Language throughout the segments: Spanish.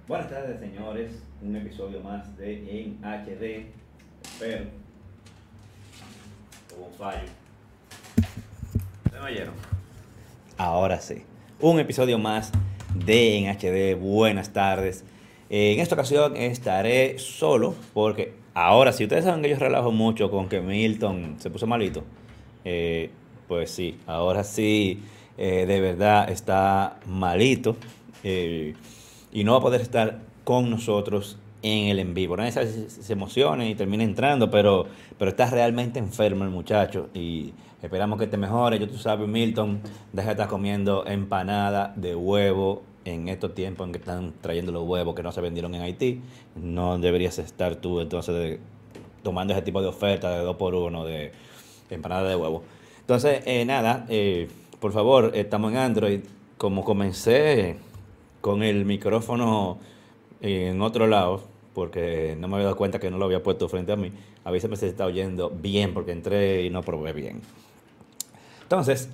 Buenas tardes, señores. Un episodio más de En HD. Espero. Hubo un fallo. ¿Se me oyeron? Ahora sí. Un episodio más de En HD. Buenas tardes. En esta ocasión estaré solo porque ahora, si ustedes saben que yo relajo mucho con que Milton se puso malito, eh, pues sí, ahora sí, de verdad está malito. eh, y no va a poder estar con nosotros en el en vivo. Nadie sabe si se emocione y termine entrando, pero está realmente enfermo el muchacho y esperamos que te mejore. Yo, tú sabes, Milton, deja de estar comiendo empanada de huevo en estos tiempos en que están trayendo los huevos que no se vendieron en Haití. No deberías estar tú entonces tomando ese tipo de oferta de 2 por 1 de empanada de huevo. Entonces, nada, por favor, estamos en Android. Como comencé con el micrófono en otro lado, porque no me había dado cuenta que no lo había puesto frente a mí, avísame si se está oyendo bien, porque entré y no probé bien. Entonces,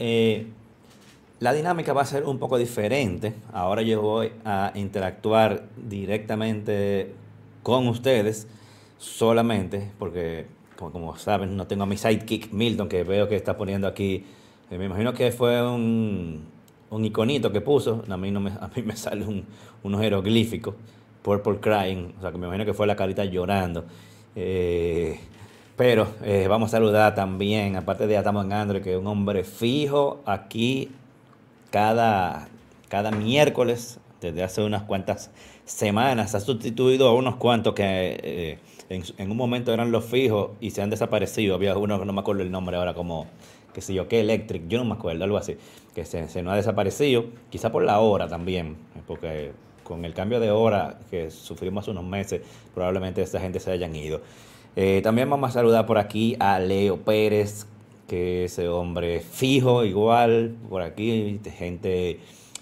la dinámica va a ser un poco diferente. Ahora yo voy a interactuar directamente con ustedes solamente, porque como saben, no tengo a mi sidekick Milton, que veo que está poniendo aquí. Me imagino que fue un iconito que puso. A mí me sale unos jeroglíficos. Purple Crying. O sea, que me imagino que fue la carita llorando. Eh, pero vamos a saludar también, aparte de ya estamos en Android, que es un hombre fijo aquí cada, cada miércoles desde hace unas cuantas semanas. Ha sustituido a unos cuantos que en un momento eran los fijos y se han desaparecido. Había uno que no me acuerdo el nombre ahora, como, qué sé yo, qué Electric, yo no me acuerdo, algo así, que se nos ha desaparecido. Quizá por la hora también, porque con el cambio de hora que sufrimos hace unos meses, probablemente esta gente se hayan ido. También vamos a saludar por aquí a Leo Pérez, que ese hombre fijo igual por aquí, gente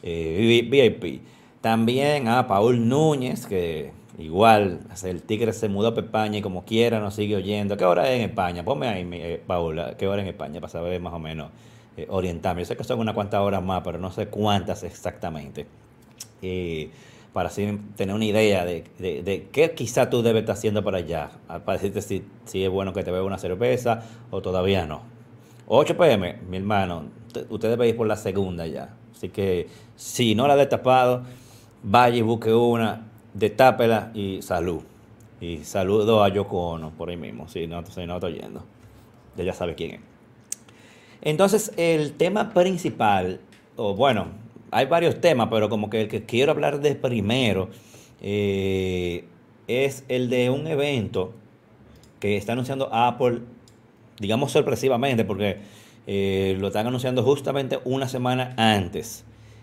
VIP. También a Paul Núñez, que igual el tigre se mudó a España y como quiera nos sigue oyendo. ¿Qué hora es en España? Ponme ahí, Paul, ¿qué hora es en España? Para saber más o menos orientarme. Yo sé que son unas cuantas horas más, pero no sé cuántas exactamente. eh, para así tener una idea de qué quizá tú debes estar haciendo para allá, para decirte si es bueno que te beba una cerveza o todavía no. 8 p.m., mi hermano, usted debe ir por la segunda ya. Así que si no la ha destapado, vaya y busque una, destápela y salud. Y saludo a Yoko Ono por ahí mismo, si no estoy yendo. Ya sabe quién es. Entonces, el tema principal, o bueno, hay varios temas, pero como que el que quiero hablar de primero eh, es el de un evento que está anunciando Apple, digamos sorpresivamente, porque lo están anunciando justamente una semana antes.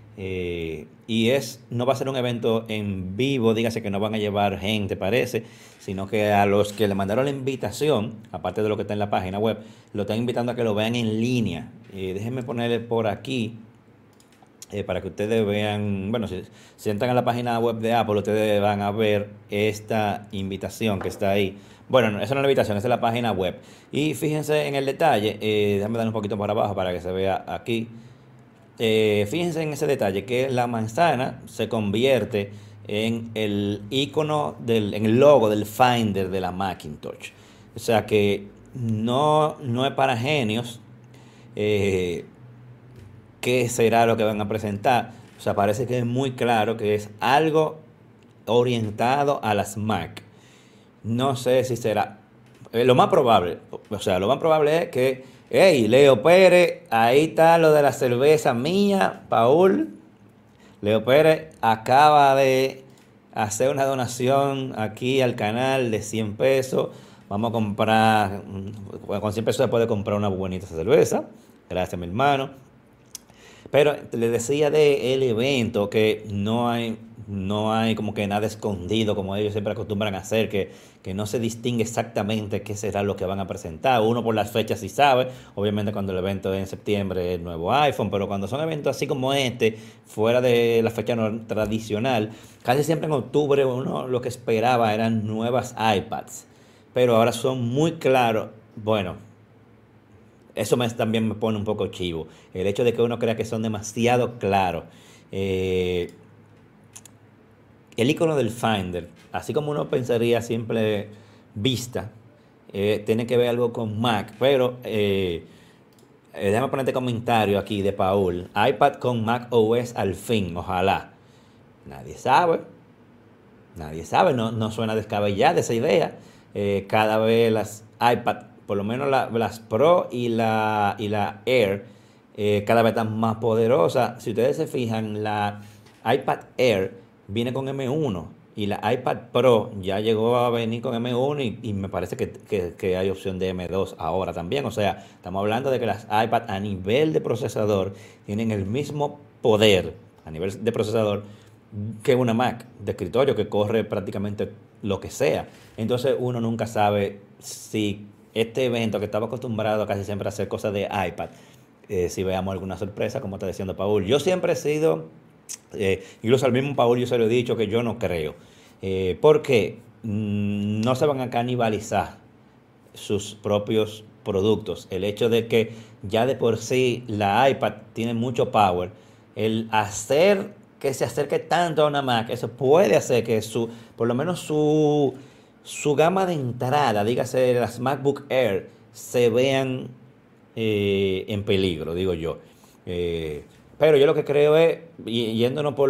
No va a ser un evento en vivo, dígase que no van a llevar gente, parece, sino que a los que le mandaron la invitación, aparte de lo que está en la página web, lo están invitando a que lo vean en línea. Déjenme ponerle por aquí para que ustedes vean, bueno, si entran a la página web de Apple, ustedes van a ver esta invitación que está ahí. Bueno, esa no es la invitación, esa es la página web. Y fíjense en el detalle, déjame dar un poquito para abajo para que se vea aquí. Fíjense en ese detalle que la manzana se convierte en el icono en el logo del Finder de la Macintosh. O sea que no es para genios. eh, ¿Qué será lo que van a presentar? O sea, parece que es muy claro que es algo orientado a las Mac. No sé si será. Lo más probable, o sea, lo más probable es que, hey, Leo Pérez, ahí está lo de la cerveza mía, Paul. Leo Pérez acaba de hacer una donación aquí al canal de 100 pesos. Vamos a comprar, con 100 pesos se puede comprar una bonita cerveza. Gracias, mi hermano. Pero le decía de el evento que no hay como que nada escondido, como ellos siempre acostumbran a hacer, que no se distingue exactamente qué será lo que van a presentar. Uno por las fechas sí sabe, obviamente cuando el evento es en septiembre, el nuevo iPhone, pero cuando son eventos así como este, fuera de la fecha tradicional, casi siempre en octubre uno lo que esperaba eran nuevas iPads. Pero ahora son muy claros, bueno, también me pone un poco chivo. El hecho de que uno crea que son demasiado claros. Eh, el icono del Finder, así como uno pensaría a simple vista, tiene que ver algo con Mac, pero déjame ponerte comentario aquí de Paul. iPad con Mac OS al fin, ojalá. Nadie sabe, nadie sabe, no suena descabellada esa idea. Cada vez las iPad, por lo menos las Pro y la Air, cada vez están más poderosas. Si ustedes se fijan, la iPad Air viene con M1 y la iPad Pro ya llegó a venir con M1 y me parece que hay opción de M2 ahora también. O sea, estamos hablando de que las iPad a nivel de procesador tienen el mismo poder a nivel de procesador que una Mac de escritorio que corre prácticamente lo que sea. Entonces uno nunca sabe si este evento que estaba acostumbrado casi siempre a hacer cosas de iPad, si veamos alguna sorpresa, como está diciendo Paul. Yo siempre he sido, incluso al mismo Paul yo se lo he dicho que yo no creo, porque no se van a canibalizar sus propios productos. El hecho de que ya de por sí la iPad tiene mucho power, el hacer que se acerque tanto a una Mac, eso puede hacer que por lo menos su gama de entrada, dígase las MacBook Air, se vean en peligro, digo yo. Eh, pero yo lo que creo es, yéndonos por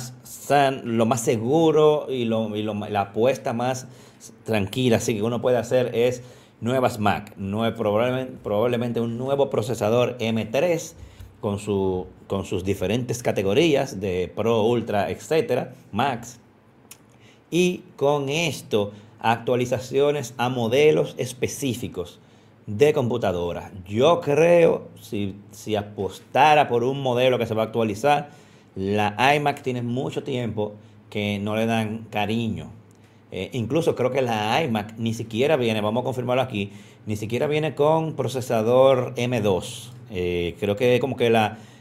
lo más seguro la apuesta más tranquila, así que uno puede hacer es nuevas Mac, probablemente un nuevo procesador M3 con sus diferentes categorías de Pro, Ultra, etcétera, Max, y con esto actualizaciones a modelos específicos de computadora. Yo creo, si apostara por un modelo que se va a actualizar, la iMac tiene mucho tiempo que no le dan cariño. Incluso creo que la iMac ni siquiera viene, vamos a confirmarlo aquí, ni siquiera viene con procesador M2. Creo que es como que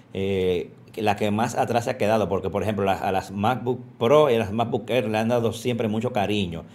la que más atrás se ha quedado, porque por ejemplo a las MacBook Pro y a las MacBook Air le han dado siempre mucho cariño.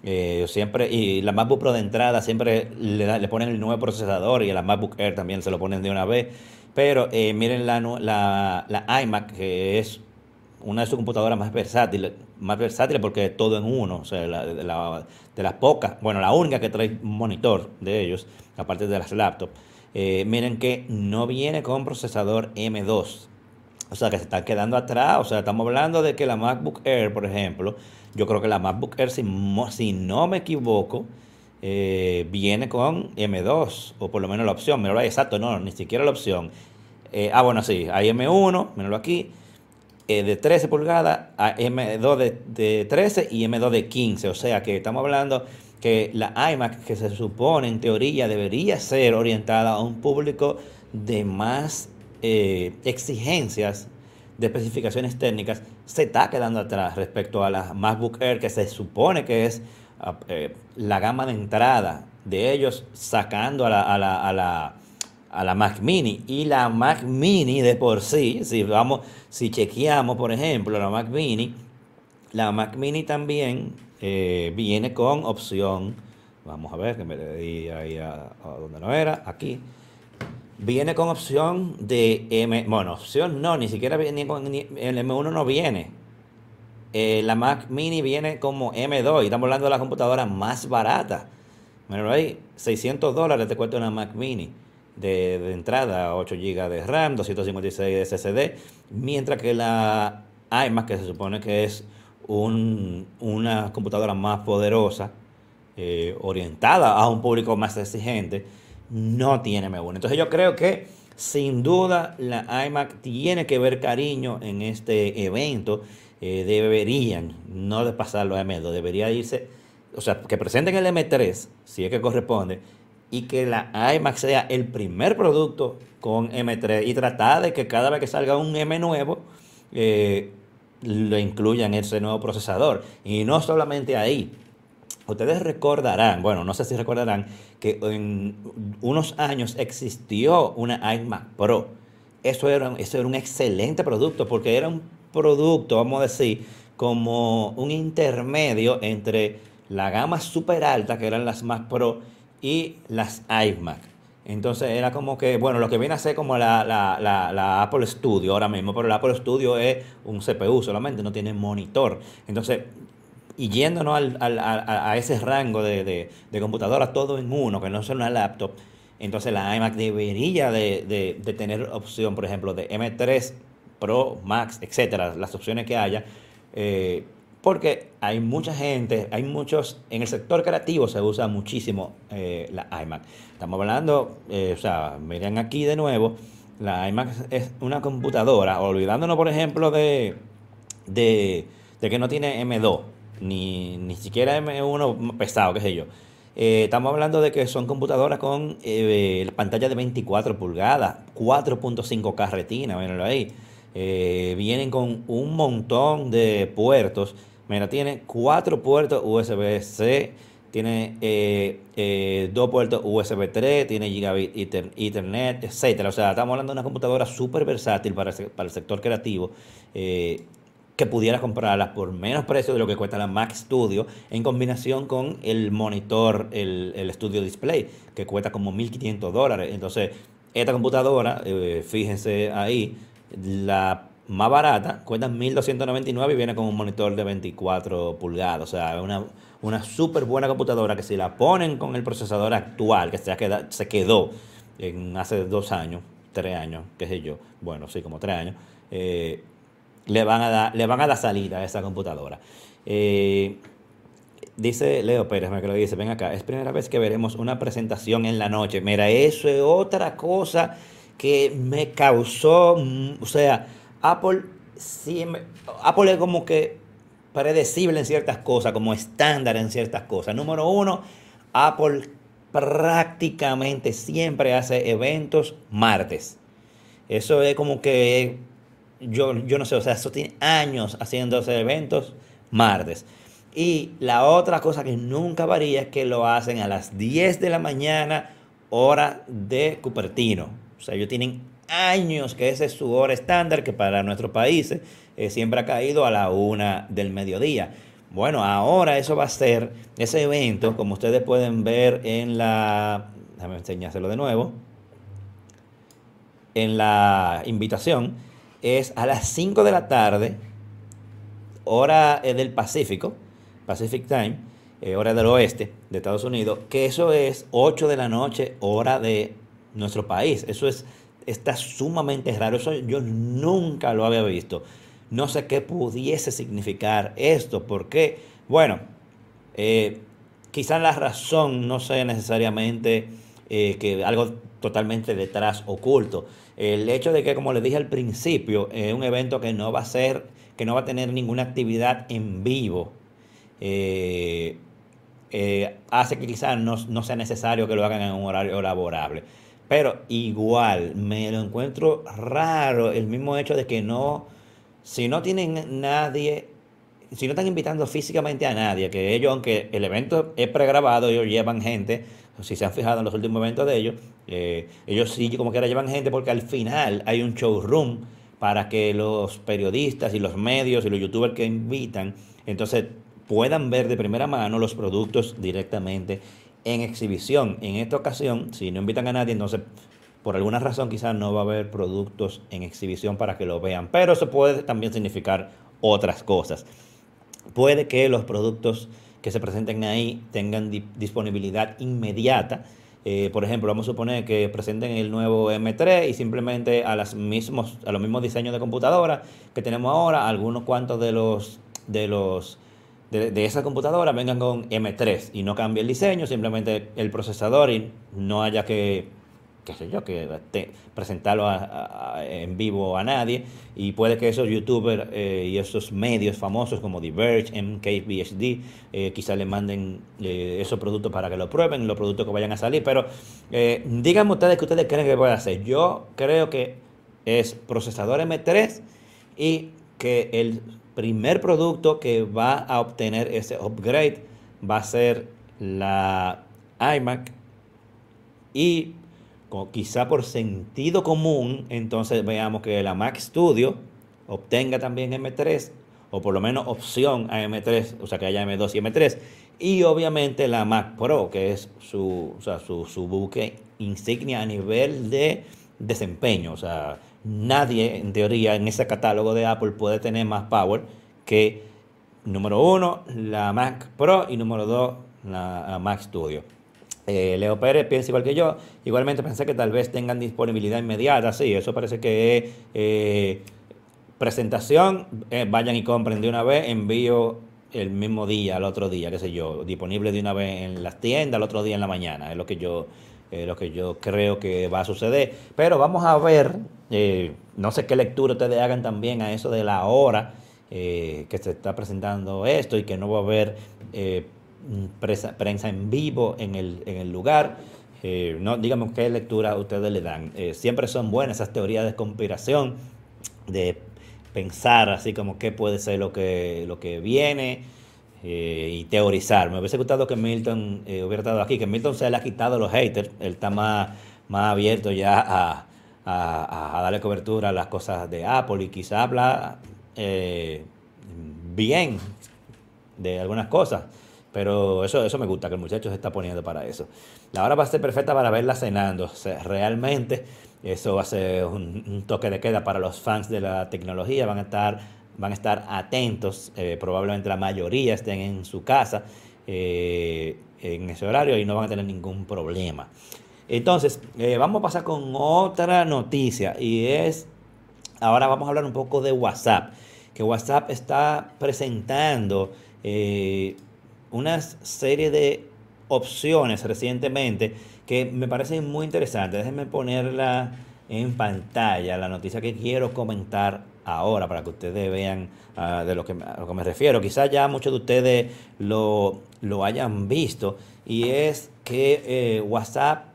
Y la MacBook Pro de entrada siempre le ponen el nuevo procesador y a la MacBook Air también se lo ponen de una vez. Pero miren la iMac, que es una de sus computadoras más versátiles porque es todo en uno. O sea, de las pocas, bueno, la única que trae un monitor de ellos, aparte de las laptops. Miren que no viene con procesador M2. O sea, que se están quedando atrás. O sea, estamos hablando de que la MacBook Air, por ejemplo, yo creo que la MacBook Air, si no me equivoco, viene con M2, o por lo menos la opción. Míralo ahí, exacto, no, ni siquiera la opción. Bueno, sí, hay M1, míralo aquí, de 13 pulgadas, a M2 de 13 y M2 de 15. O sea, que estamos hablando que la iMac, que se supone en teoría debería ser orientada a un público de más exigencias de especificaciones técnicas, se está quedando atrás respecto a la MacBook Air, que se supone que es la gama de entrada de ellos, sacando a la Mac Mini. Y la Mac Mini de por sí, si chequeamos, por ejemplo, la Mac Mini también viene con opción. Vamos a ver, que me le di ahí a donde no era, aquí. Viene con opción de bueno, opción no, ni siquiera viene el M1 no viene. La Mac Mini viene como M2 y estamos hablando de la computadora más barata. Bueno, ahí, $600 te cuesta una Mac Mini de entrada, 8 GB de RAM, 256 de SSD, mientras que la iMac, que se supone que es una computadora más poderosa, orientada a un público más exigente, no tiene M1. Entonces yo creo que sin duda la iMac tiene que ver cariño en este evento. Deberían no de pasarlo a M2, debería irse, o sea, que presenten el M3 si es que corresponde, y que la iMac sea el primer producto con M3 y tratar de que cada vez que salga un M nuevo lo incluyan ese nuevo procesador. Y no solamente ahí. Ustedes recordarán, bueno, no sé si recordarán, que en unos años existió una iMac Pro. Eso era un excelente producto, porque era un producto, vamos a decir, como un intermedio entre la gama super alta, que eran las Mac Pro, y las iMac. Entonces era como que, bueno, lo que viene a ser como la Apple Studio ahora mismo, pero el Apple Studio es un CPU solamente, no tiene monitor. Entonces, y yéndonos a ese rango de computadora todo en uno, que no sea una laptop, entonces la iMac debería de tener opción, por ejemplo, de M3 Pro, Max, etcétera, las opciones que haya, eh, porque hay mucha gente, hay muchos, en el sector creativo se usa muchísimo la iMac. Estamos hablando, o sea, miren aquí de nuevo, la iMac es una computadora, olvidándonos, por ejemplo, de, de que no tiene M2, ni siquiera M1 pesado, qué sé yo. Estamos hablando de que son computadoras con pantalla de 24 pulgadas, 4.5K retina, mírenlo ahí. Vienen con un montón de puertos. Mira, tiene 4 puertos USB-C, tiene 2 puertos USB 3, tiene Gigabit Ethernet, etcétera. O sea, estamos hablando de una computadora súper versátil para el sector creativo. Que pudieras comprarlas por menos precio de lo que cuesta la Mac Studio en combinación con el monitor, el Studio Display, que cuesta como $1.500. Entonces, esta computadora, fíjense ahí, la más barata cuesta 1.299 y viene con un monitor de 24 pulgadas. O sea, es una súper buena computadora que si la ponen con el procesador actual, que se quedó en hace 2 años, 3 años, qué sé yo, bueno, sí, como 3 años, le van a dar salida a esa computadora. Eh, Dice Leo Pérez, me que lo dice, ven acá, es primera vez que veremos una presentación en la noche. Mira, eso es otra cosa que me causó, o sea, Apple, Apple es como que predecible en ciertas cosas, como estándar en ciertas cosas. Número uno, Apple prácticamente siempre hace eventos martes. Eso es como que yo no sé, o sea, eso tiene años haciéndose eventos martes. Y la otra cosa que nunca varía es que lo hacen a las 10 de la mañana, hora de Cupertino. O sea, ellos tienen años que esa es su hora estándar, que para nuestros países siempre ha caído a la 1 del mediodía. Bueno, ahora eso va a ser ese evento, como ustedes pueden ver en la... Déjame enseñárselo de nuevo en la invitación, es a las 5 de la tarde, hora del Pacífico, Pacific Time, hora del oeste de Estados Unidos, que eso es 8 de la noche, hora de nuestro país. Está sumamente raro, eso yo nunca lo había visto. No sé qué pudiese significar esto, porque, bueno, eh, quizás la razón no sea necesariamente que algo totalmente detrás oculto. El hecho de que, como les dije al principio, es un evento que no va a ser, que no va a tener ninguna actividad en vivo, eh, hace que quizás no sea necesario que lo hagan en un horario laborable. Pero igual me lo encuentro raro el mismo hecho de que no, si no tienen nadie, si no están invitando físicamente a nadie, que ellos, aunque el evento es pregrabado, ellos llevan gente, si se han fijado en los últimos eventos de ellos, ellos sí como quiera llevan gente porque al final hay un showroom para que los periodistas y los medios y los youtubers que invitan, entonces puedan ver de primera mano los productos directamente en exhibición. En esta ocasión, si no invitan a nadie, entonces por alguna razón quizás no va a haber productos en exhibición para que lo vean, pero eso puede también significar otras cosas. Puede que los productos que se presenten ahí tengan disponibilidad inmediata. Por ejemplo, vamos a suponer que presenten el nuevo M3 y simplemente a los mismos diseños de computadora que tenemos ahora, algunos cuantos de esas computadoras vengan con M3 y no cambie el diseño, simplemente el procesador y no haya qué sé yo, presentarlo en vivo a nadie. Y puede que esos youtubers y esos medios famosos como The Verge, MKBHD, quizás le manden esos productos para que lo prueben, los productos que vayan a salir. Pero díganme ustedes qué ustedes creen que puede hacer. Yo creo que es procesador M3 y que el primer producto que va a obtener ese upgrade va a ser la iMac y quizá por sentido común, entonces veamos que la Mac Studio obtenga también M3 o por lo menos opción a M3, o sea que haya M2 y M3. Y obviamente la Mac Pro, que es su, o sea, su buque insignia a nivel de desempeño. O sea, nadie en teoría en ese catálogo de Apple puede tener más power que número uno, la Mac Pro y número dos, la Mac Studio. Leo Pérez piensa igual que yo. Igualmente pensé que tal vez tengan disponibilidad inmediata. Sí, eso parece que es presentación. Vayan y compren de una vez. Envío el mismo día, al otro día, qué sé yo. Disponible de una vez en las tiendas, al otro día en la mañana. Es lo que yo creo que va a suceder. Pero vamos a ver. No sé qué lectura ustedes hagan también a eso de la hora que se está presentando esto y que no va a haber prensa en vivo en el lugar. No, digamos qué lectura ustedes le dan. Siempre son buenas esas teorías de conspiración, de pensar así como qué puede ser lo que viene y teorizar. Me hubiese gustado que Milton hubiera estado aquí, que Milton se le ha quitado los haters. Él está más abierto ya a darle cobertura a las cosas de Apple y quizá habla bien de algunas cosas. Pero eso me gusta, que el muchacho se está poniendo para eso. La hora va a ser perfecta para verla cenando. O sea, realmente eso va a ser un toque de queda para los fans de la tecnología. Van a estar atentos. Probablemente la mayoría estén en su casa en ese horario y no van a tener ningún problema. Entonces, vamos a pasar con otra noticia y es, ahora vamos a hablar un poco de WhatsApp. Que WhatsApp está presentando una serie de opciones recientemente que me parecen muy interesantes. Déjenme ponerla en pantalla, la noticia que quiero comentar ahora para que ustedes vean de a lo que me refiero. Quizás ya muchos de ustedes lo hayan visto y es que WhatsApp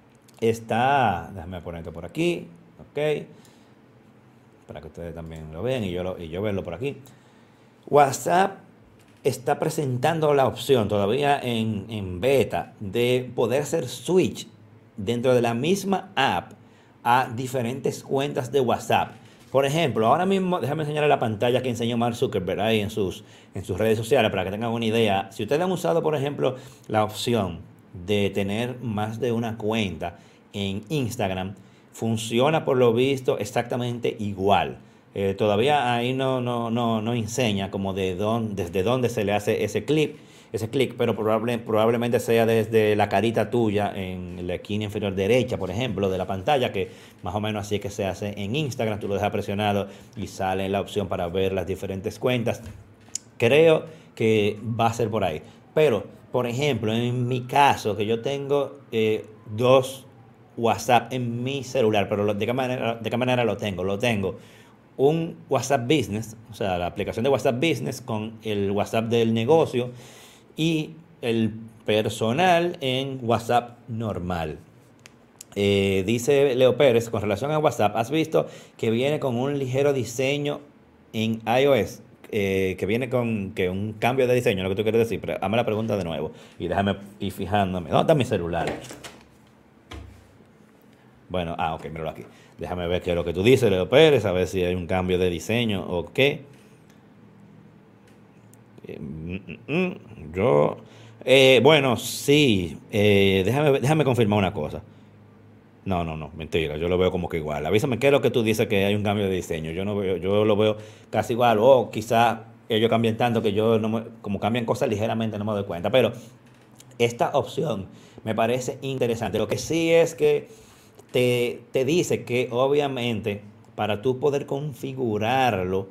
está, déjame ponerlo por aquí, ok, para que ustedes también lo vean y yo verlo por aquí. WhatsApp está presentando la opción todavía en beta de poder hacer switch dentro de la misma app a diferentes cuentas de WhatsApp. Por ejemplo, ahora mismo, déjame enseñarle la pantalla que enseñó Mark Zuckerberg ahí en sus redes sociales para que tengan una idea. Si ustedes han usado, por ejemplo, la opción de tener más de una cuenta en Instagram, funciona por lo visto exactamente igual. Todavía ahí no enseña como desde dónde se le hace ese clic, pero probablemente sea desde la carita tuya en la esquina inferior derecha, por ejemplo, de la pantalla, que más o menos así es que se hace en Instagram. Tú lo dejas presionado y sale la opción para ver las diferentes cuentas. Creo que va a ser por ahí. Pero, por ejemplo, en mi caso, que yo tengo dos WhatsApp en mi celular, pero de qué manera lo tengo? Lo tengo un WhatsApp Business, o sea, la aplicación de WhatsApp Business con el WhatsApp del negocio y el personal en WhatsApp normal. Dice Leo Pérez, con relación a WhatsApp, ¿has visto que viene con un ligero diseño en iOS? Que viene con que un cambio de diseño, lo que tú quieres decir, pero hazme la pregunta de nuevo y déjame ir fijándome. ¿Dónde está mi celular? Bueno, ok, míralo aquí. Déjame ver qué es lo que tú dices, Leo Pérez, a ver si hay un cambio de diseño o qué. Yo, bueno, sí. Déjame confirmar una cosa. No, mentira, yo lo veo como que igual. Avísame qué es lo que tú dices que hay un cambio de diseño. Yo lo veo casi igual. O quizás ellos cambian tanto que como cambian cosas ligeramente no me doy cuenta. Pero esta opción me parece interesante. Lo que sí es que te dice que obviamente para tú poder configurarlo,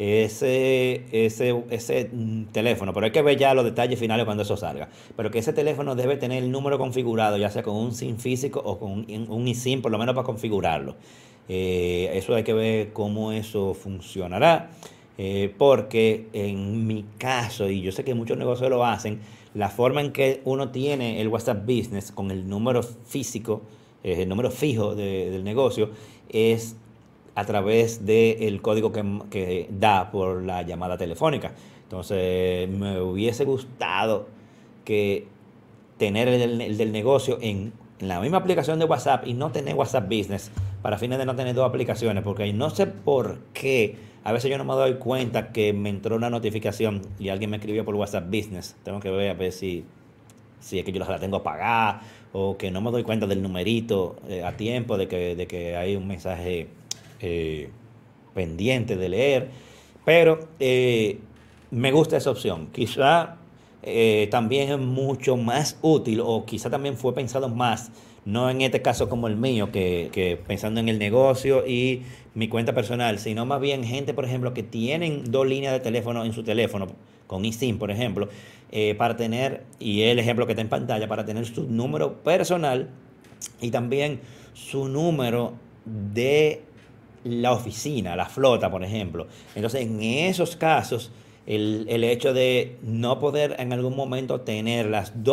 ese teléfono, pero hay que ver ya los detalles finales cuando eso salga, pero que ese teléfono debe tener el número configurado, ya sea con un SIM físico o con un eSIM, por lo menos para configurarlo. Eso hay que ver cómo eso funcionará, porque en mi caso, y yo sé que muchos negocios lo hacen, la forma en que uno tiene el WhatsApp Business con el número físico, el número fijo del negocio, es a través del código que da por la llamada telefónica. Entonces, me hubiese gustado que tener el del negocio en la misma aplicación de WhatsApp y no tener WhatsApp Business para fines de no tener dos aplicaciones, porque no sé por qué A veces yo no me doy cuenta que me entró una notificación y alguien me escribió por WhatsApp Business. Tengo que ver a ver si es que yo la tengo apagada o que no me doy cuenta del numerito a tiempo de que hay un mensaje eh, pendiente de leer. Pero me gusta esa opción. Quizá también es mucho más útil o quizá también fue pensado más, no en este caso como el mío, que pensando en el negocio y mi cuenta personal, sino más bien gente, por ejemplo, que tienen dos líneas de teléfono en su teléfono, con eSIM, por ejemplo, para tener, y el ejemplo que está en pantalla, para tener su número personal y también su número de la oficina, la flota, por ejemplo. Entonces, en esos casos, hecho de no poder en algún momento tener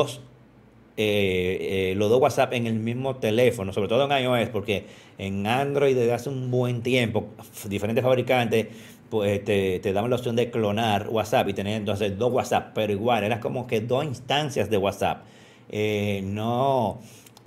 los dos WhatsApp en el mismo teléfono, sobre todo en iOS, porque en Android desde hace un buen tiempo, diferentes fabricantes pues te daban la opción de clonar WhatsApp y tener entonces dos WhatsApp, pero igual, eran como que dos instancias de WhatsApp. No,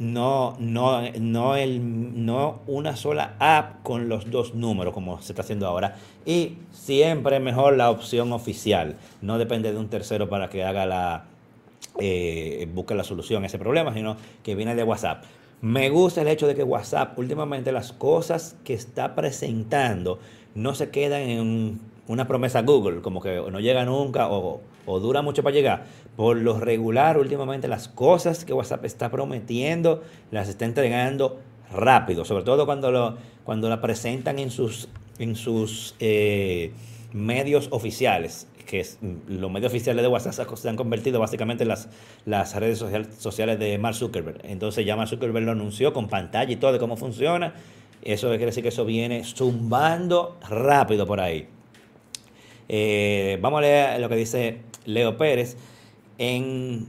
no una sola app con los dos números como se está haciendo ahora. Y siempre es mejor la opción oficial. No depende de un tercero para que haga busque la solución a ese problema, sino que viene de WhatsApp. Me gusta el hecho de que WhatsApp últimamente las cosas que está presentando no se quedan en una promesa Google, como que no llega nunca o dura mucho para llegar. Por lo regular, últimamente las cosas que WhatsApp está prometiendo las está entregando rápido, sobre todo cuando la presentan en sus medios oficiales, los medios oficiales de WhatsApp se han convertido básicamente en las redes sociales de Mark Zuckerberg. Entonces ya Mark Zuckerberg lo anunció con pantalla y todo de cómo funciona. Eso quiere decir que eso viene zumbando rápido por ahí. Vamos a leer lo que dice Leo Pérez. En,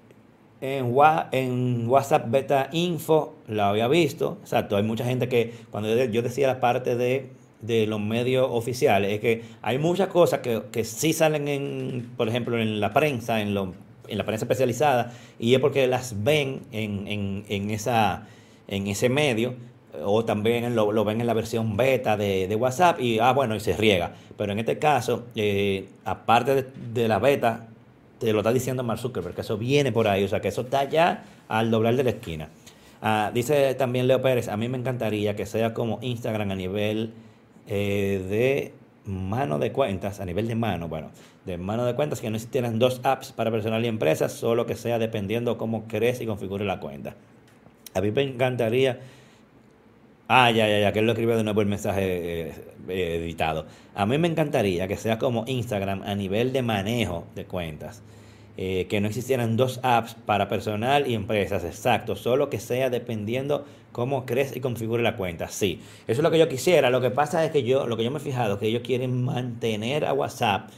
en WhatsApp Beta Info lo había visto. Exacto, hay mucha gente que cuando yo decía la parte de los medios oficiales, es que hay muchas cosas que sí salen por ejemplo, en la prensa, en la prensa especializada, y es porque las ven en ese medio, o también lo ven en la versión beta de WhatsApp y, bueno, y se riega. Pero en este caso, aparte de la beta, te lo está diciendo Mark Zuckerberg, que eso viene por ahí, o sea, que eso está ya al doblar de la esquina. Dice también Leo Pérez, a mí me encantaría que sea como Instagram a nivel de mano de cuentas, a nivel de mano, bueno, de mano de cuentas, que no existieran dos apps para personal y empresas, solo que sea dependiendo cómo crees y configures la cuenta. A mí me encantaría. Ya, que él lo escribió de nuevo el mensaje editado. A mí me encantaría que sea como Instagram a nivel de manejo de cuentas. Que no existieran dos apps para personal y empresas, exacto. Solo que sea dependiendo cómo crees y configure la cuenta. Sí, eso es lo que yo quisiera. Lo que pasa es que lo que yo me he fijado, que ellos quieren mantener a WhatsApp,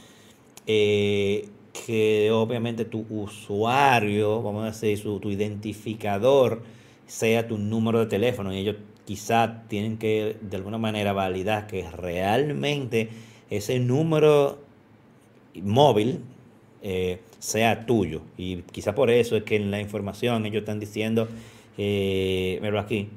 que obviamente tu usuario, vamos a decir, tu identificador, sea tu número de teléfono. Y ellos quizá tienen que de alguna manera validar que realmente ese número móvil sea tuyo. Y quizá por eso es que en la información ellos están diciendo, mira aquí,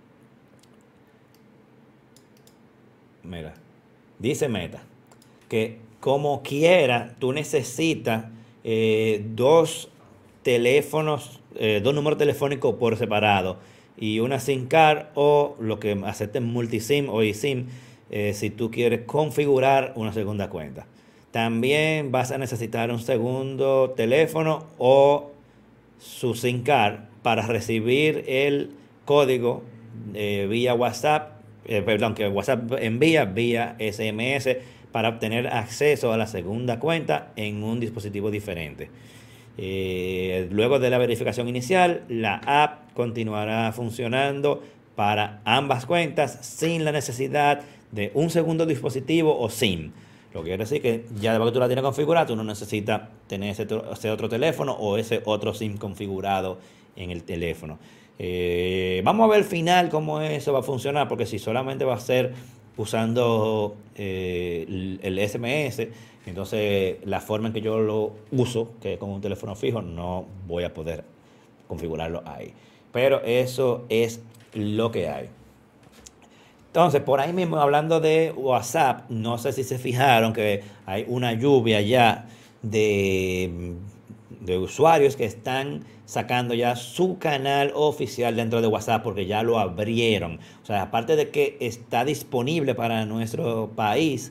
mira, dice Meta, que como quiera tú necesitas dos teléfonos, dos números telefónicos por separado y una SIM card o lo que acepten multisim o eSIM si tú quieres configurar una segunda cuenta. También vas a necesitar un segundo teléfono o su SIM card para recibir el código vía WhatsApp, perdón, que WhatsApp envía vía SMS para obtener acceso a la segunda cuenta en un dispositivo diferente. Luego de la verificación inicial, la app continuará funcionando para ambas cuentas sin la necesidad de un segundo dispositivo o SIM. Lo que quiere decir que ya después que tú la tienes configurada, tú no necesitas tener ese otro teléfono o ese otro SIM configurado en el teléfono. Vamos a ver al final cómo eso va a funcionar, porque si solamente va a ser usando el SMS, entonces la forma en que yo lo uso, que es con un teléfono fijo, no voy a poder configurarlo ahí. Pero eso es lo que hay. Entonces, por ahí mismo, hablando de WhatsApp, no sé si se fijaron que hay una lluvia ya de, de usuarios que están sacando ya su canal oficial dentro de WhatsApp porque ya lo abrieron. O sea, aparte de que está disponible para nuestro país,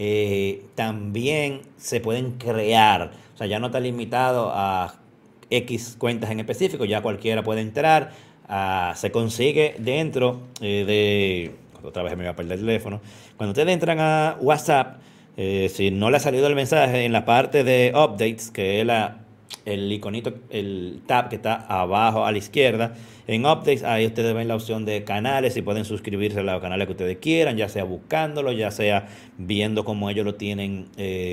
también se pueden crear. O sea, ya no está limitado a X cuentas en específico, ya cualquiera puede entrar. Se consigue dentro de... Otra vez me voy a perder el teléfono. Cuando ustedes entran a WhatsApp, si no le ha salido el mensaje en la parte de updates, que es el iconito, el tab que está abajo a la izquierda, en updates, ahí ustedes ven la opción de canales y pueden suscribirse a los canales que ustedes quieran, ya sea buscándolo, ya sea viendo cómo ellos lo tienen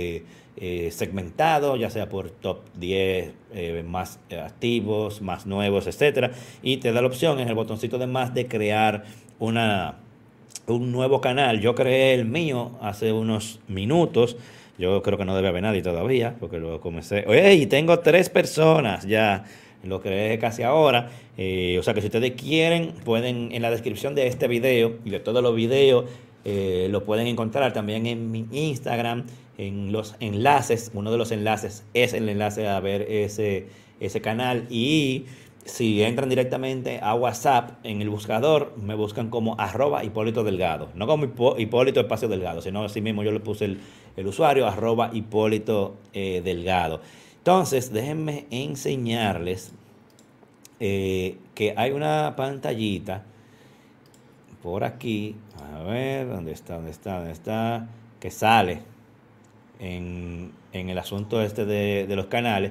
segmentado, ya sea por top 10 más activos, más nuevos, etcétera. Y te da la opción en el botoncito de más de crear un nuevo canal. Yo creé el mío hace unos minutos. Yo creo que no debe haber nadie todavía, porque lo comencé. Oye, y tengo 3 personas ya. Lo creé casi ahora. O sea que si ustedes quieren, pueden en la descripción de este video y de todos los videos, lo pueden encontrar también en mi Instagram, en los enlaces. Uno de los enlaces es el enlace a ver ese canal. Y si entran directamente a WhatsApp en el buscador, me buscan como @Hipólito Delgado. No como Hipólito Espacio Delgado, sino así mismo yo le puse el usuario @Hipólito Delgado. Entonces, déjenme enseñarles que hay una pantallita por aquí. A ver, ¿dónde está? ¿Dónde está? ¿Dónde está? Que sale en el asunto este de los canales.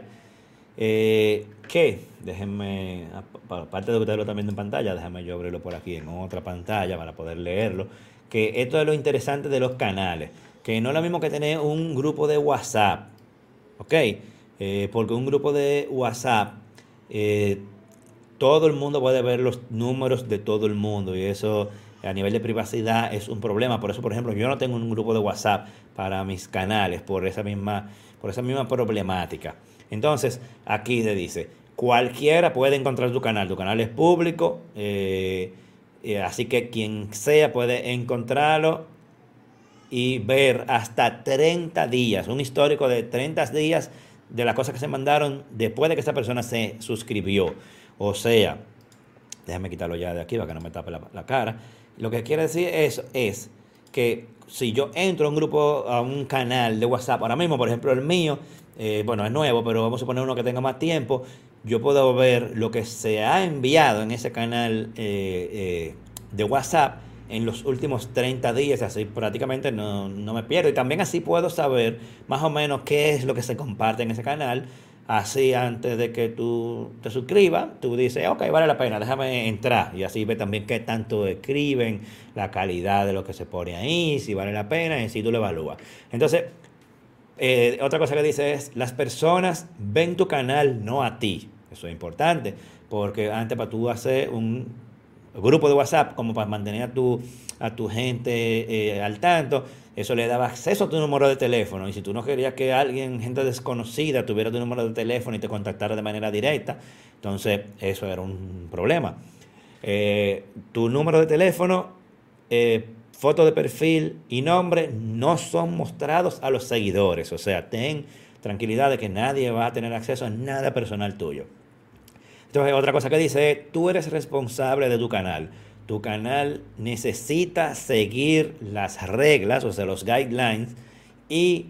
Que déjenme, aparte de que ustedes lo están viendo en pantalla, déjame yo abrirlo por aquí en otra pantalla para poder leerlo. Que esto es lo interesante de los canales, que no es lo mismo que tener un grupo de WhatsApp, ¿ok? Porque un grupo de WhatsApp, todo el mundo puede ver los números de todo el mundo y eso a nivel de privacidad es un problema. Por eso, por ejemplo, yo no tengo un grupo de WhatsApp para mis canales por esa misma problemática. Entonces, aquí te dice, cualquiera puede encontrar tu canal es público, así que quien sea puede encontrarlo y ver hasta 30 días, un histórico de 30 días de las cosas que se mandaron después de que esa persona se suscribió. O sea, déjame quitarlo ya de aquí para que no me tape la cara. Lo que quiere decir eso es que si yo entro a un grupo, a un canal de WhatsApp, ahora mismo, por ejemplo, el mío, bueno, es nuevo, pero vamos a poner uno que tenga más tiempo, yo puedo ver lo que se ha enviado en ese canal de WhatsApp en los últimos 30 días, así prácticamente no me pierdo. Y también así puedo saber más o menos qué es lo que se comparte en ese canal. Así antes de que tú te suscribas, tú dices, ok, vale la pena, déjame entrar. Y así ve también qué tanto escriben, la calidad de lo que se pone ahí, si vale la pena, y si tú lo evalúas. Entonces, otra cosa que dice es, las personas ven tu canal, no a ti. Eso es importante, porque antes para tú hacer un grupo de WhatsApp, como para mantener a tu gente al tanto, eso le daba acceso a tu número de teléfono. Y si tú no querías que alguien, gente desconocida, tuviera tu número de teléfono y te contactara de manera directa, entonces eso era un problema. Tu número de teléfono, foto de perfil y nombre no son mostrados a los seguidores. O sea, ten tranquilidad de que nadie va a tener acceso a nada personal tuyo. Entonces, otra cosa que dice es, tú eres responsable de tu canal. Tu canal necesita seguir las reglas, o sea, los guidelines, y,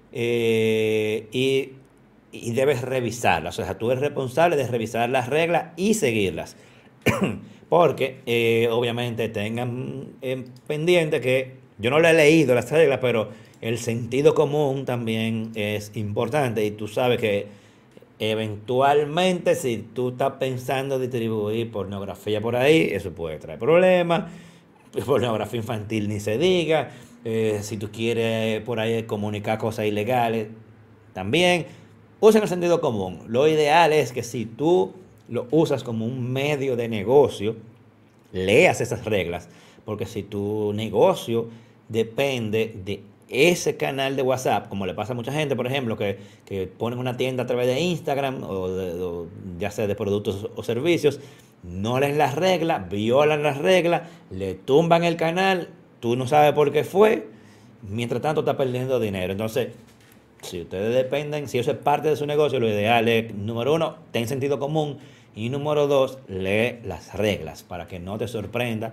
debes revisarlas. O sea, tú eres responsable de revisar las reglas y seguirlas. Porque, obviamente, tengan pendiente que yo no le he leído las reglas, pero el sentido común también es importante. Y tú sabes que eventualmente, si tú estás pensando distribuir pornografía por ahí, eso puede traer problemas. Pornografía infantil ni se diga. Si tú quieres por ahí comunicar cosas ilegales, también usen el sentido común. Lo ideal es que si tú lo usas como un medio de negocio, leas esas reglas, porque si tu negocio depende de ese canal de WhatsApp, como le pasa a mucha gente, por ejemplo, que ponen una tienda a través de Instagram o ya sea de productos o servicios, no leen las reglas, violan las reglas, le tumban el canal, tú no sabes por qué fue, mientras tanto está perdiendo dinero. Entonces, si ustedes dependen, si eso es parte de su negocio, lo ideal es, número uno, ten sentido común, y número dos, lee las reglas para que no te sorprenda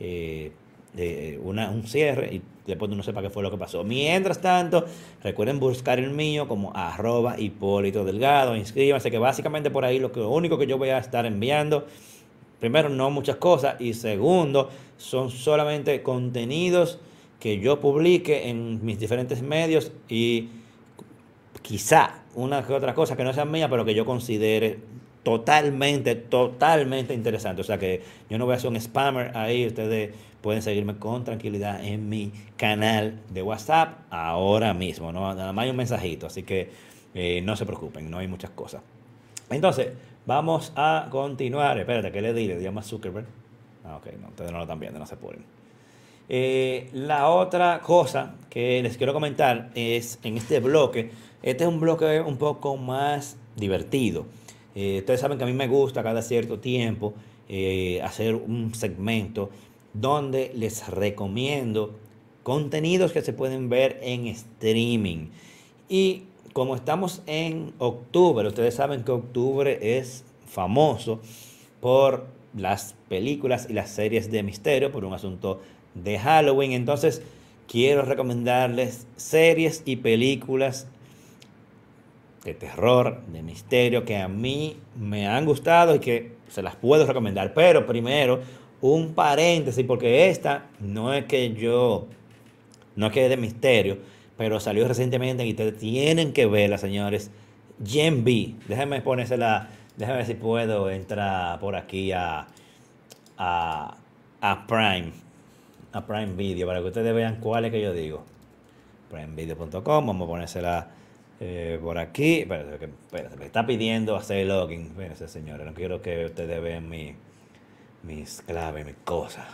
un cierre y después tú no sepa qué fue lo que pasó. Mientras tanto, recuerden buscar el mío como @Hipólito Delgado, inscríbanse, que básicamente por ahí lo único que yo voy a estar enviando, primero, no muchas cosas, y segundo, son solamente contenidos que yo publique en mis diferentes medios y quizá una que otra cosa que no sea mía, pero que yo considere totalmente interesante. O sea que yo no voy a ser un spammer ahí. Ustedes pueden seguirme con tranquilidad en mi canal de WhatsApp ahora mismo, ¿no? Nada más hay un mensajito, así que no se preocupen, no hay muchas cosas. Entonces, vamos a continuar. Espérate, ¿qué le di? Le di a Mark Zuckerberg. Ah, ok, no, ustedes no lo están viendo, no se apuren. La otra cosa que les quiero comentar es en este bloque. Este es un bloque un poco más divertido. Ustedes saben que a mí me gusta cada cierto tiempo hacer un segmento donde les recomiendo contenidos que se pueden ver en streaming. Y como estamos en octubre, ustedes saben que octubre es famoso por las películas y las series de misterio, por un asunto de Halloween. Entonces, quiero recomendarles series y películas de terror, de misterio, que a mí me han gustado y que se las puedo recomendar. Pero primero, un paréntesis, porque esta no es que yo, no es que es de misterio, pero salió recientemente y ustedes tienen que verla, señores. Gen V. Déjenme ponérsela, déjenme ver si puedo entrar por aquí a, a Prime Video, para que ustedes vean cuál es que yo digo. Primevideo.com, vamos a ponérsela por aquí. Espérate, me está pidiendo hacer login. Espérense, señores, no quiero que ustedes vean mis claves, mis cosas.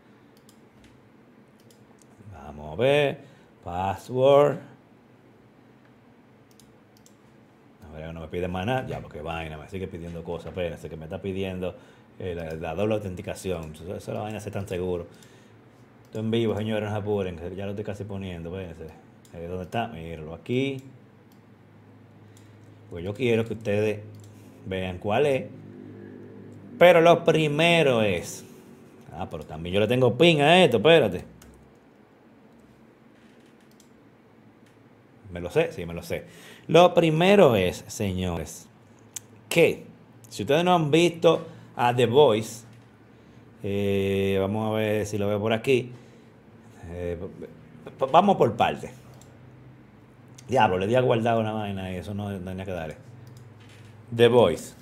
Vamos a ver. Password. A ver, no me pide más nada. Ya, porque vaina, me sigue pidiendo cosas. Espérense, que me está pidiendo la doble autenticación. Eso la vaina se tan seguro. Estoy en vivo, señores, no se apuren, que ya lo estoy casi poniendo. Espérense. ¿Dónde está? Míralo aquí. Pues yo quiero que ustedes vean cuál es. Pero lo primero es. Pero también yo le tengo pin a esto, espérate. ¿Me lo sé? Sí, me lo sé. Lo primero es, señores, que si ustedes no han visto a The Voice, vamos a ver si lo veo por aquí. Vamos por parte. Diablo, le di a guardar una vaina y eso no tenía que darle. The Voice.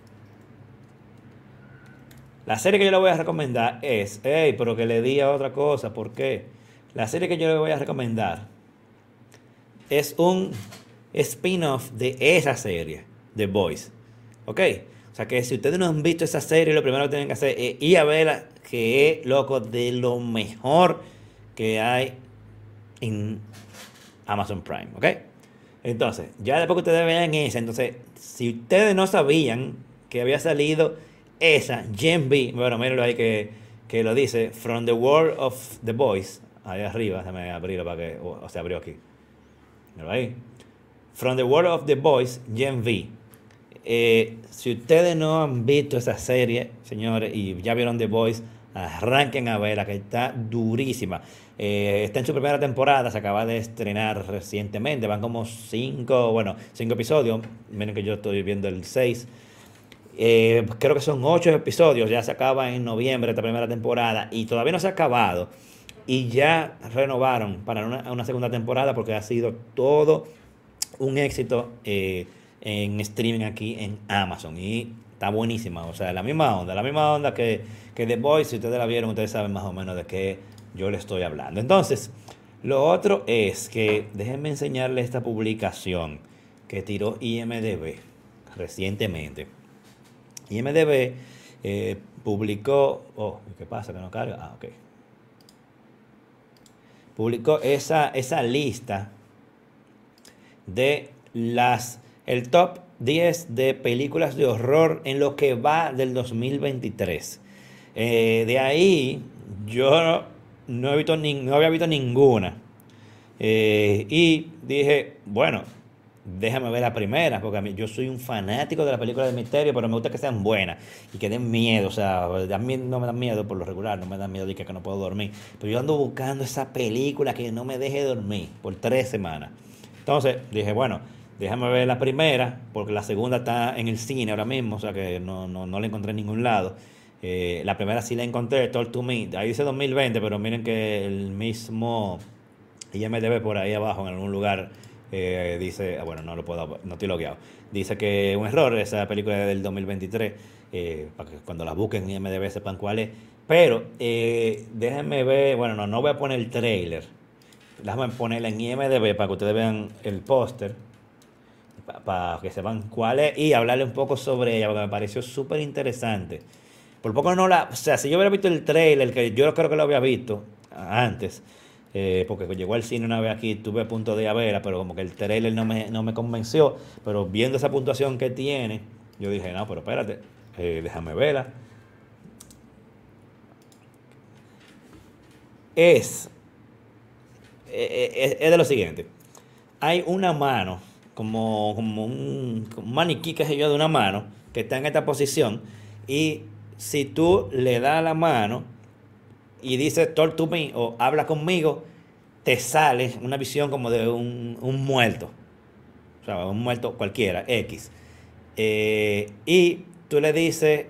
La serie que yo le voy a recomendar es, pero que le di a otra cosa, ¿por qué? La serie que yo le voy a recomendar es un spin-off de esa serie, The Voice. ¿Ok? O sea que si ustedes no han visto esa serie, lo primero que tienen que hacer es ir a verla, que es, loco, de lo mejor que hay en Amazon Prime. ¿Ok? Entonces, ya después que ustedes vean esa, entonces, si ustedes no sabían que había salido esa, Gen V, bueno, mírenlo ahí que lo dice, From the World of the Boys, ahí arriba, déjame abrirlo para que, se abrió aquí. Mírenlo ahí. From the World of the Boys, Gen V. Si ustedes no han visto esa serie, señores, y ya vieron The Boys, arranquen a verla, que está durísima. Está en su primera temporada, se acaba de estrenar recientemente, van como 5 episodios. Miren que yo estoy viendo el 6. Creo que son 8 episodios, ya se acaba en noviembre esta primera temporada y todavía no se ha acabado. Y ya renovaron para una segunda temporada porque ha sido todo un éxito en streaming aquí en Amazon. Y está buenísima, o sea, la misma onda que The Boys. Si ustedes la vieron, ustedes saben más o menos de qué yo les estoy hablando. Entonces, lo otro es que déjenme enseñarles esta publicación que tiró IMDb recientemente. IMDb publicó... ¿qué pasa? ¿Que no carga? Ok. Publicó esa lista de el top 10 de películas de horror en lo que va del 2023. De ahí yo no había visto ninguna. Y dije, bueno, déjame ver la primera, porque yo soy un fanático de las películas de misterio, pero me gusta que sean buenas y que den miedo. O sea, a mí no me dan miedo por lo regular, no me da miedo de que no puedo dormir. Pero yo ando buscando esa película que no me deje dormir por 3 semanas. Entonces dije, bueno, déjame ver la primera, porque la segunda está en el cine ahora mismo, o sea que no la encontré en ningún lado. La primera sí la encontré, Talk to Me, ahí dice 2020, pero miren que el mismo IMDb por ahí abajo en algún lugar dice, bueno, no lo puedo, no estoy logueado, dice que un error, esa película es del 2023, para que cuando la busquen en IMDb sepan cuál es. Pero déjenme ver, bueno, no voy a poner el trailer, déjame ponerla en IMDb para que ustedes vean el póster, para que sepan cuál es y hablarle un poco sobre ella, porque me pareció súper interesante. Por poco no la, o sea, si yo hubiera visto el trailer, que yo creo que lo había visto antes, porque llegó al cine una vez aquí, estuve a punto de ir a verla, pero como que el trailer no me convenció, pero viendo esa puntuación que tiene, yo dije, no, pero espérate, déjame verla. Es, es de lo siguiente, hay una mano, como un maniquí, que sé yo, de una mano, que está en esta posición, y si tú le das la mano y dices talk to me o habla conmigo, te sale una visión como de un muerto, o sea, un muerto cualquiera, X. Y tú le dices,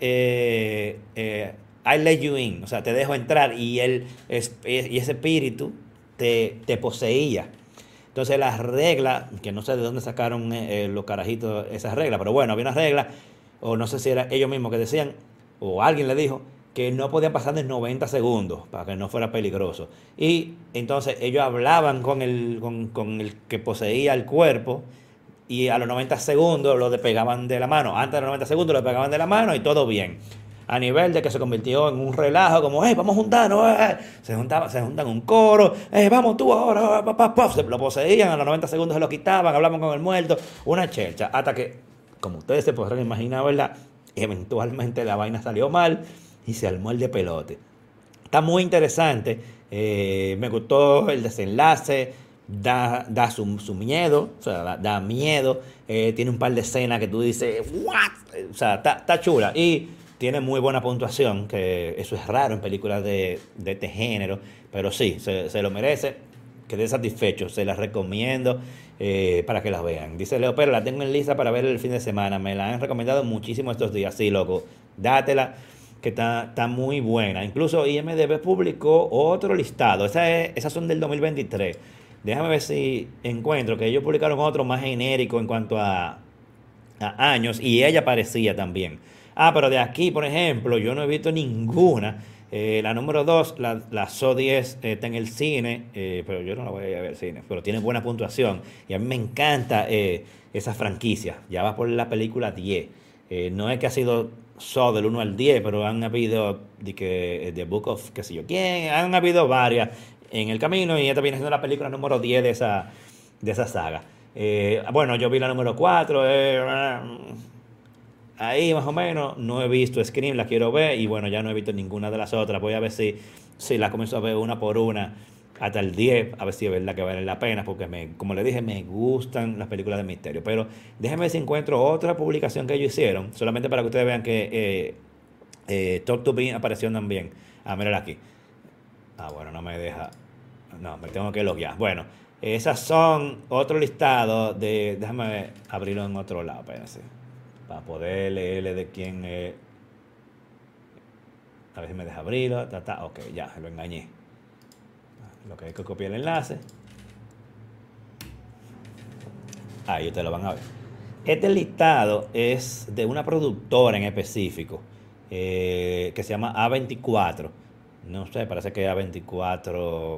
I let you in, o sea, te dejo entrar, y y ese espíritu te poseía. Entonces las reglas, que no sé de dónde sacaron los carajitos esas reglas, pero bueno, había unas reglas, o no sé si era ellos mismos que decían, o alguien le dijo, que no podían pasar de 90 segundos para que no fuera peligroso. Y entonces ellos hablaban con el que poseía el cuerpo, y a los 90 segundos lo despegaban de la mano. Antes de los 90 segundos lo despegaban de la mano y todo bien. A nivel de que se convirtió en un relajo, como, vamos a juntarnos, se juntan un coro, vamos tú ahora, se lo poseían, a los 90 segundos se lo quitaban, hablaban con el muerto, una chercha, hasta que, como ustedes se podrán imaginar, ¿verdad? Eventualmente la vaina salió mal y se armó el de pelote. Está muy interesante, me gustó el desenlace, da su miedo, o sea, da miedo, tiene un par de escenas que tú dices, ¿what? O sea, está chula y tiene muy buena puntuación, que eso es raro en películas de este género, pero sí, se lo merece, quedé satisfecho, se las recomiendo para que las vean. Dice Leo, pero la tengo en lista para ver el fin de semana, me la han recomendado muchísimo estos días, sí, loco, dátela, que está muy buena. Incluso IMDb publicó otro listado. Esas son del 2023. Déjame ver si encuentro que ellos publicaron otro más genérico en cuanto a años, y ella aparecía también. Ah, pero de aquí, por ejemplo, yo no he visto ninguna. La número 2, la SO 10, está en el cine, pero yo no la voy a ir a ver al cine, pero tiene buena puntuación. Y a mí me encanta esa franquicia. Ya va por la película 10. No es que ha sido del 1 al 10, pero han habido The Book of qué sé yo quién, han habido varias en el camino, y esta viene siendo la película número 10 de esa saga. Bueno, yo vi la número 4, ahí más o menos, no he visto Scream, la quiero ver, y bueno, ya no he visto ninguna de las otras, voy a ver si la comienzo a ver una por una hasta el 10, a ver si es verdad que vale la pena, porque como le dije, me gustan las películas de misterio. Pero déjenme ver si encuentro otra publicación que ellos hicieron, solamente para que ustedes vean que Talk to Me apareció también. Ah, mírala aquí. Ah, bueno, no me deja. No, me tengo que loguear. Bueno, esas son otro listado déjame abrirlo en otro lado, espérense, para poder leerle de quién es. A ver si me deja abrirlo. Ok, ya, lo engañé. Lo que hay que copiar el enlace. Ahí ustedes lo van a ver. Este listado es de una productora en específico, que se llama A24. No sé, parece que A24,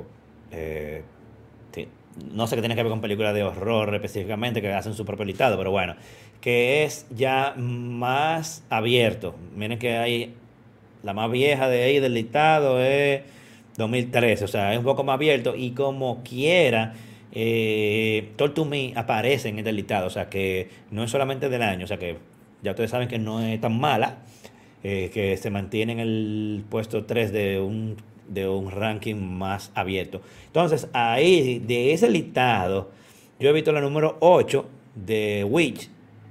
no sé qué tiene que ver con películas de horror específicamente, que hacen su propio listado, pero bueno, que es ya más abierto. Miren que hay, la más vieja de ahí del listado es 2013, o sea, es un poco más abierto, y como quiera, Talk to Me aparece en este listado, o sea que no es solamente del año, o sea que ya ustedes saben que no es tan mala, que se mantiene en el puesto 3 de un ranking más abierto. Entonces, ahí, de ese listado, yo he visto la número 8 de Witch,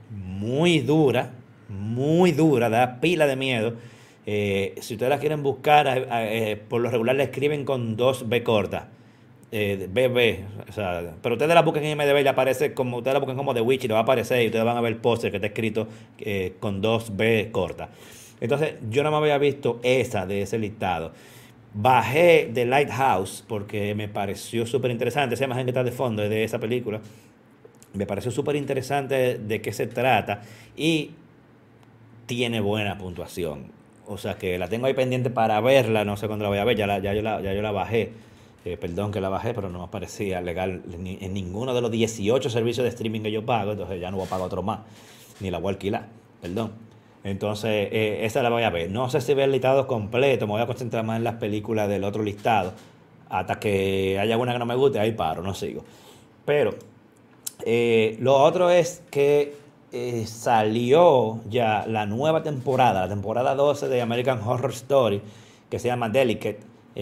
muy dura, da pila de miedo. Si ustedes la quieren buscar, por lo regular la escriben con dos B cortas. BB, o sea, pero ustedes la busquen en IMDb y le aparece como, ustedes la busquen como The Witch y le va a aparecer y ustedes van a ver el póster que está escrito con dos B cortas. Entonces, yo no me había visto esa de ese listado. Bajé de Lighthouse porque me pareció súper interesante. Esa imagen que está de fondo es de esa película. Me pareció súper interesante de qué se trata y tiene buena puntuación. O sea que la tengo ahí pendiente para verla, no sé cuándo la voy a ver, ya yo la bajé. Perdón que la bajé, pero no me aparecía legal en ninguno de los 18 servicios de streaming que yo pago, entonces ya no voy a pagar otro más, ni la voy a alquilar, perdón. Entonces, esa la voy a ver. No sé si ver el listado completo, me voy a concentrar más en las películas del otro listado. Hasta que haya una que no me guste, ahí paro, no sigo. Pero lo otro es que salió ya la nueva temporada, la temporada 12 de American Horror Story, que se llama Delicate,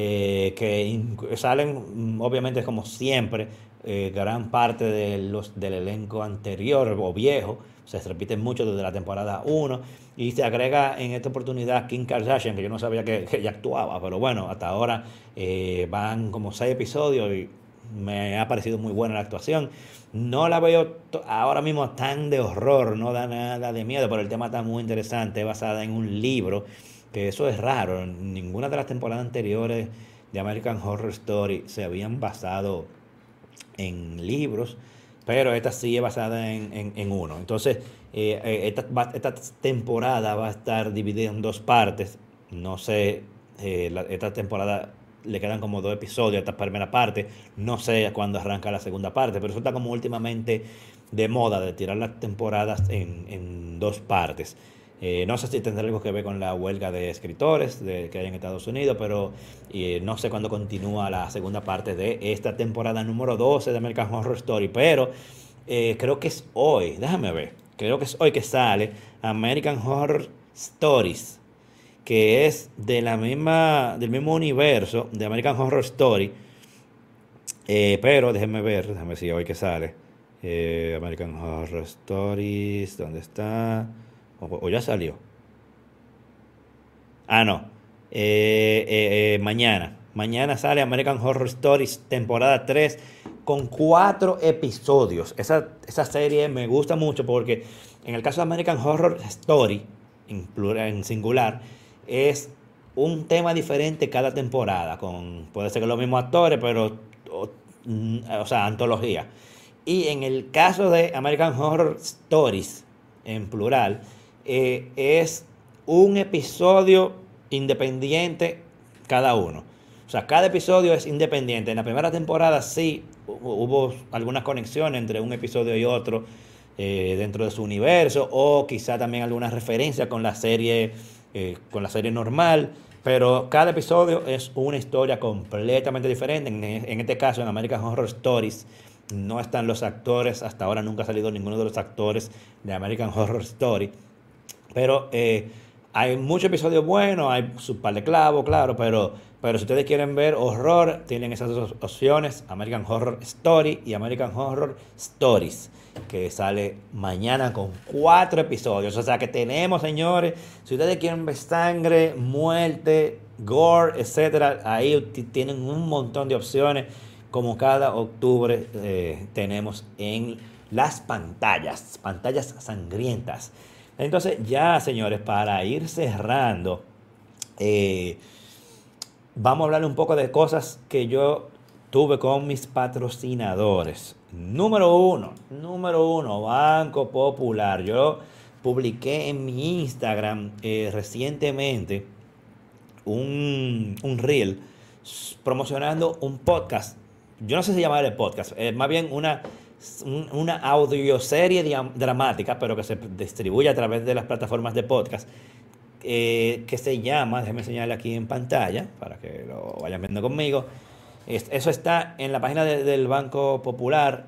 salen, obviamente como siempre, gran parte del elenco anterior o viejo, se repiten mucho desde la temporada 1 y se agrega en esta oportunidad Kim Kardashian, que yo no sabía que ella actuaba, pero bueno, hasta ahora van como 6 episodios y me ha parecido muy buena la actuación. No la veo ahora mismo tan de horror, no da nada de miedo, pero el tema está muy interesante, es basada en un libro, que eso es raro. Ninguna de las temporadas anteriores de American Horror Story se habían basado en libros, pero esta sí es basada en uno. Entonces, esta temporada va a estar dividida en dos partes. No sé, esta temporada le quedan como 2 episodios a esta primera parte. No sé cuándo arranca la segunda parte, pero eso está como últimamente de moda, de tirar las temporadas en dos partes. No sé si tendrá algo que ver con la huelga de escritores que hay en Estados Unidos, pero no sé cuándo continúa la segunda parte de esta temporada número 12 de American Horror Story, pero creo que es hoy, déjame ver, creo que es hoy que sale American Horror Stories, que es del mismo universo de American Horror Story, pero déjenme ver, déjame ver si hoy que sale. American Horror Stories, ¿dónde está? O ya salió. Ah, no. Mañana. Mañana sale American Horror Stories, temporada 3 con 4 episodios. Esa serie me gusta mucho porque en el caso de American Horror Story, en singular, es un tema diferente cada temporada. Puede ser que los mismos actores, pero, o sea, antología. Y en el caso de American Horror Stories, en plural, es un episodio independiente cada uno. O sea, cada episodio es independiente. En la primera temporada sí hubo algunas conexiones entre un episodio y otro dentro de su universo, o quizá también algunas referencias con la serie normal. Pero cada episodio es una historia completamente diferente. En este caso, en American Horror Stories, no están los actores. Hasta ahora nunca ha salido ninguno de los actores de American Horror Story. Pero hay muchos episodios buenos, hay su par de clavos, claro, pero si ustedes quieren ver horror, tienen esas dos opciones, American Horror Story y American Horror Stories, que sale mañana con 4 episodios. O sea que tenemos, señores, si ustedes quieren ver sangre, muerte, gore, etcétera, ahí tienen un montón de opciones, como cada octubre tenemos en las pantallas sangrientas. Entonces ya, señores, para ir cerrando, vamos a hablar un poco de cosas que yo tuve con mis patrocinadores. Número uno, Banco Popular. Yo publiqué en mi Instagram recientemente un reel promocionando un podcast. Yo no sé si llamarle podcast, más bien una audioserie dramática, pero que se distribuye a través de las plataformas de podcast, que se llama, déjenme enseñarle aquí en pantalla, para que lo vayan viendo conmigo, Eso está en la página del Banco Popular,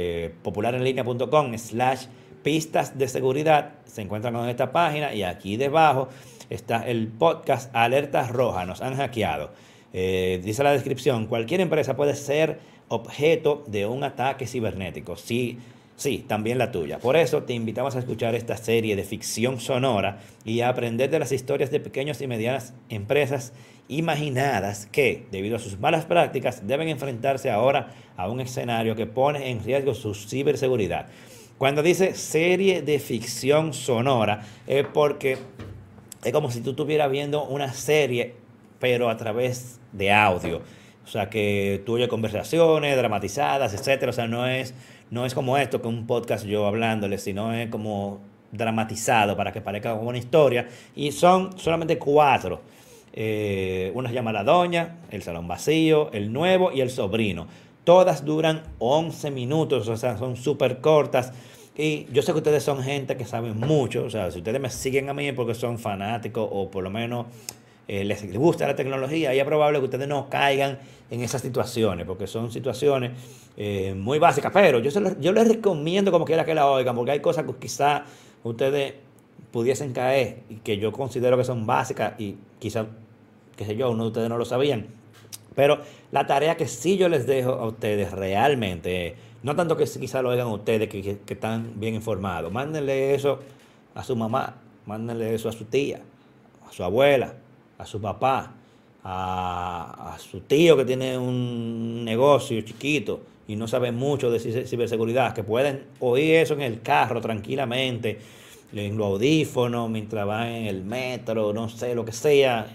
popularenlinea.com/pistas de seguridad. Se encuentran con esta página y aquí debajo está el podcast Alertas Rojas, nos han hackeado. Dice la descripción, cualquier empresa puede ser objeto de un ataque cibernético. Sí, sí, también la tuya. Por eso te invitamos a escuchar esta serie de ficción sonora y a aprender de las historias de pequeñas y medianas empresas imaginadas que, debido a sus malas prácticas, deben enfrentarse ahora a un escenario que pone en riesgo su ciberseguridad. Cuando dice serie de ficción sonora, es porque es como si tú estuvieras viendo una serie, pero a través de audio. O sea, que tú oyes conversaciones dramatizadas, etcétera. O sea, no es como esto, que un podcast yo hablándole, sino es como dramatizado para que parezca como una historia. Y son solamente 4. Una se llama La Doña, El Salón Vacío, El Nuevo y El Sobrino. Todas duran 11 minutos, o sea, son súper cortas. Y yo sé que ustedes son gente que saben mucho, o sea, si ustedes me siguen a mí es porque son fanáticos o por lo menos les gusta la tecnología, y es probable que ustedes no caigan en esas situaciones, porque son situaciones muy básicas, pero yo les recomiendo como quiera que la oigan, porque hay cosas que quizá ustedes pudiesen caer y que yo considero que son básicas y quizá, qué sé yo, uno de ustedes no lo sabían. Pero la tarea que sí yo les dejo a ustedes realmente, no tanto que quizá lo oigan ustedes que están bien informados, mándenle eso a su mamá, mándenle eso a su tía, a su abuela, a su papá, a su tío que tiene un negocio chiquito y no sabe mucho de ciberseguridad, que pueden oír eso en el carro tranquilamente, en los audífonos, mientras van en el metro, no sé, lo que sea,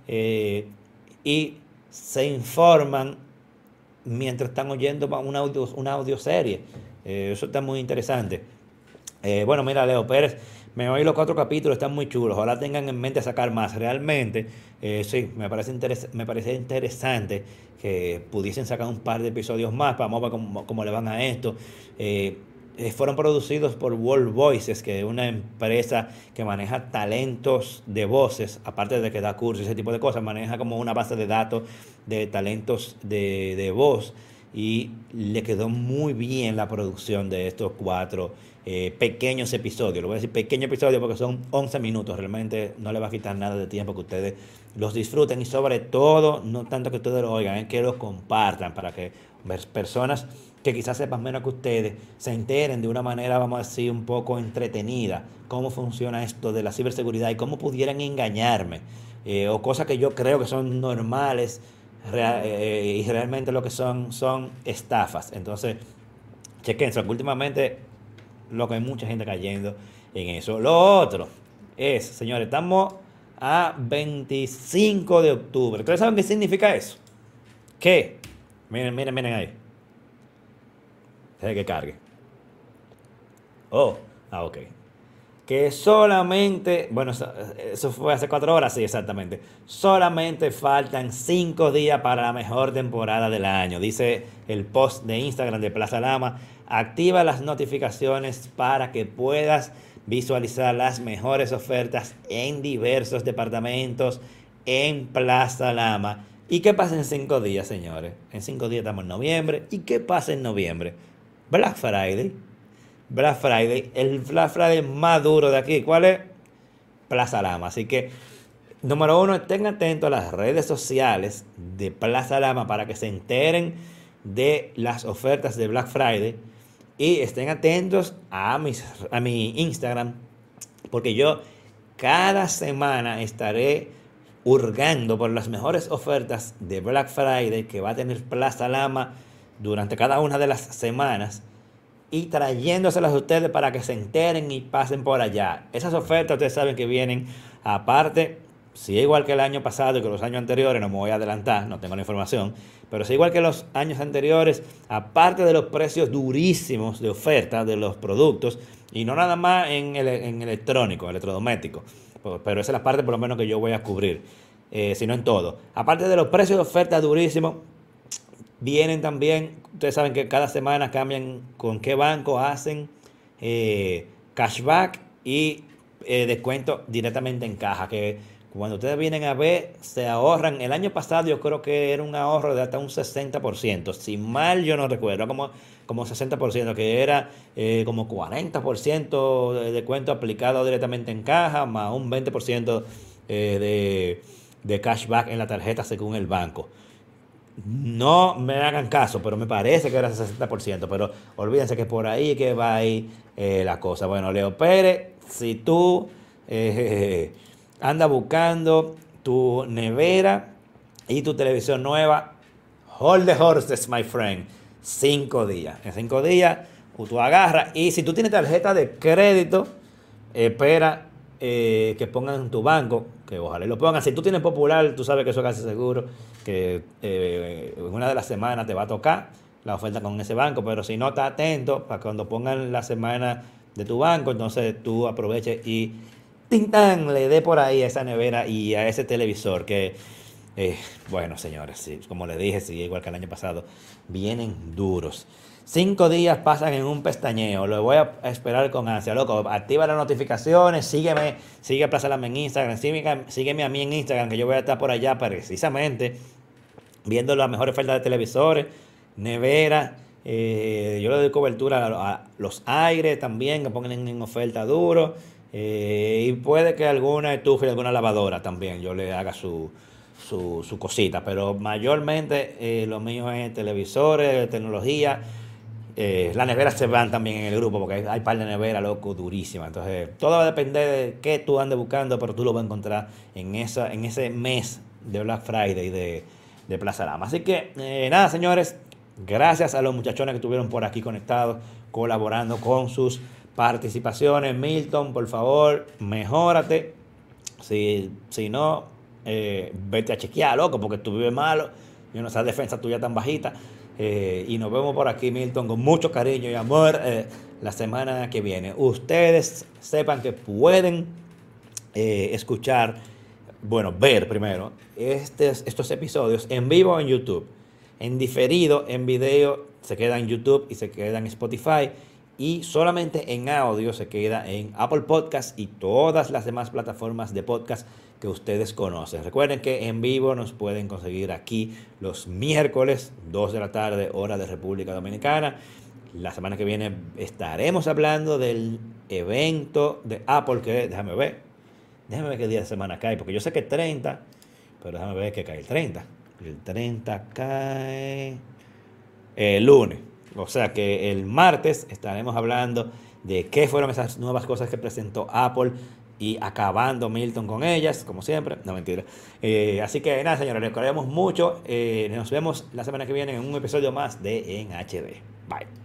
y se informan mientras están oyendo una audioserie. Eso está muy interesante. Bueno, mira, Leo Pérez, me oí los 4 capítulos, están muy chulos. Ojalá tengan en mente sacar más. Realmente, sí, me parece interesante que pudiesen sacar un par de episodios más. Vamos a ver cómo le van a esto. Fueron producidos por World Voices, que es una empresa que maneja talentos de voces, aparte de que da cursos y ese tipo de cosas, maneja como una base de datos de talentos de voz, y le quedó muy bien la producción de estos 4 pequeños episodios. Lo voy a decir pequeños episodios porque son 11 minutos, realmente no le va a quitar nada de tiempo que ustedes los disfruten, y sobre todo, no tanto que ustedes lo oigan, es que los compartan para que personas que quizás sepan menos que ustedes se enteren de una manera, vamos a decir, un poco entretenida, cómo funciona esto de la ciberseguridad y cómo pudieran engañarme, o cosas que yo creo que son normales y realmente lo que son estafas. Entonces, chequen, últimamente lo que hay mucha gente cayendo en eso. Lo otro es, señores, estamos a 25 de octubre. ¿Ustedes saben qué significa eso? ¿Qué? Miren ahí. Deje que cargue. Oh, ok. Que solamente, bueno, eso fue hace 4 horas, sí, exactamente. Solamente faltan 5 días para la mejor temporada del año. Dice el post de Instagram de Plaza Lama. Activa las notificaciones para que puedas visualizar las mejores ofertas en diversos departamentos en Plaza Lama. ¿Y qué pasa en 5 días, señores? En 5 días estamos en noviembre. ¿Y qué pasa en noviembre? Black Friday. Black Friday, el Black Friday más duro de aquí. ¿Cuál es? Plaza Lama. Así que, número 1, estén atentos a las redes sociales de Plaza Lama para que se enteren de las ofertas de Black Friday. Y estén atentos a mi Instagram, porque yo cada semana estaré hurgando por las mejores ofertas de Black Friday que va a tener Plaza Lama durante cada una de las semanas, y trayéndoselas a ustedes para que se enteren y pasen por allá. Esas ofertas ustedes saben que vienen aparte, si es igual que el año pasado y que los años anteriores, no me voy a adelantar, no tengo la información, pero si es igual que los años anteriores, aparte de los precios durísimos de oferta de los productos, y no nada más en electrónico, electrodoméstico, pero esa es la parte por lo menos que yo voy a cubrir, sino en todo. Aparte de los precios de oferta durísimos, vienen también, ustedes saben que cada semana cambian con qué banco hacen cashback y descuento directamente en caja, que Cuando ustedes vienen a ver, se ahorran. El año pasado yo creo que era un ahorro de hasta un 60%. Si mal yo no recuerdo, como 60%, que era como 40% de descuento aplicado directamente en caja, más un 20% de cashback en la tarjeta según el banco. No me hagan caso, pero me parece que era 60%. Pero olvídense que por ahí que va ahí la cosa. Bueno, Leo Pérez, si tú andas buscando tu nevera y tu televisión nueva, hold the horses, my friend. 5 días. En 5 días tú agarras. Y si tú tienes tarjeta de crédito, espera que pongan en tu banco, que ojalá lo pongan. Si tú tienes Popular, tú sabes que eso es casi seguro, que en una de las semanas te va a tocar la oferta con ese banco, pero si no, está atento para cuando pongan la semana de tu banco, entonces tú aproveches y tintán, le dé por ahí a esa nevera y a ese televisor que, bueno, señores, sí, como les dije, sí, igual que el año pasado, vienen duros. 5 días pasan en un pestañeo. Lo voy a esperar con ansia, loco. Activa las notificaciones. Sigue a Plaza Lama en Instagram. Sígueme a mí en Instagram, que yo voy a estar por allá precisamente viendo las mejores ofertas de televisores, nevera. Yo le doy cobertura a los aires también, que pongan en oferta duro. Y puede que alguna estufa y alguna lavadora también yo le haga su cosita. Pero mayormente lo mío es televisores, tecnología. Las neveras se van también en el grupo porque hay par de neveras, loco, durísimas. Entonces, todo va a depender de qué tú andes buscando, pero tú lo vas a encontrar en ese mes de Black Friday de Plaza Lama. Así que, nada, señores, gracias a los muchachones que estuvieron por aquí conectados, colaborando con sus participaciones. Milton, por favor, mejórate. Si no, vete a chequear, loco, porque tú vives malo. Yo no sé, esa defensa tuya tan bajita. Y nos vemos por aquí, Milton, con mucho cariño y amor la semana que viene. Ustedes sepan que pueden escuchar, bueno, ver primero estos episodios en vivo en YouTube, en diferido, en video, se queda en YouTube y se queda en Spotify. Y solamente en audio se queda en Apple Podcast y todas las demás plataformas de podcast que ustedes conocen. Recuerden que en vivo nos pueden conseguir aquí los miércoles, 2 de la tarde, hora de República Dominicana. La semana que viene estaremos hablando del evento de Apple, que déjame ver qué día de semana cae, porque yo sé que es 30, pero déjame ver que cae el 30. El 30 cae el lunes. O sea que el martes estaremos hablando de qué fueron esas nuevas cosas que presentó Apple y acabando Milton con ellas, como siempre. No, mentira. Así que nada, señores, les queremos mucho. Nos vemos la semana que viene en un episodio más de En HD. Bye.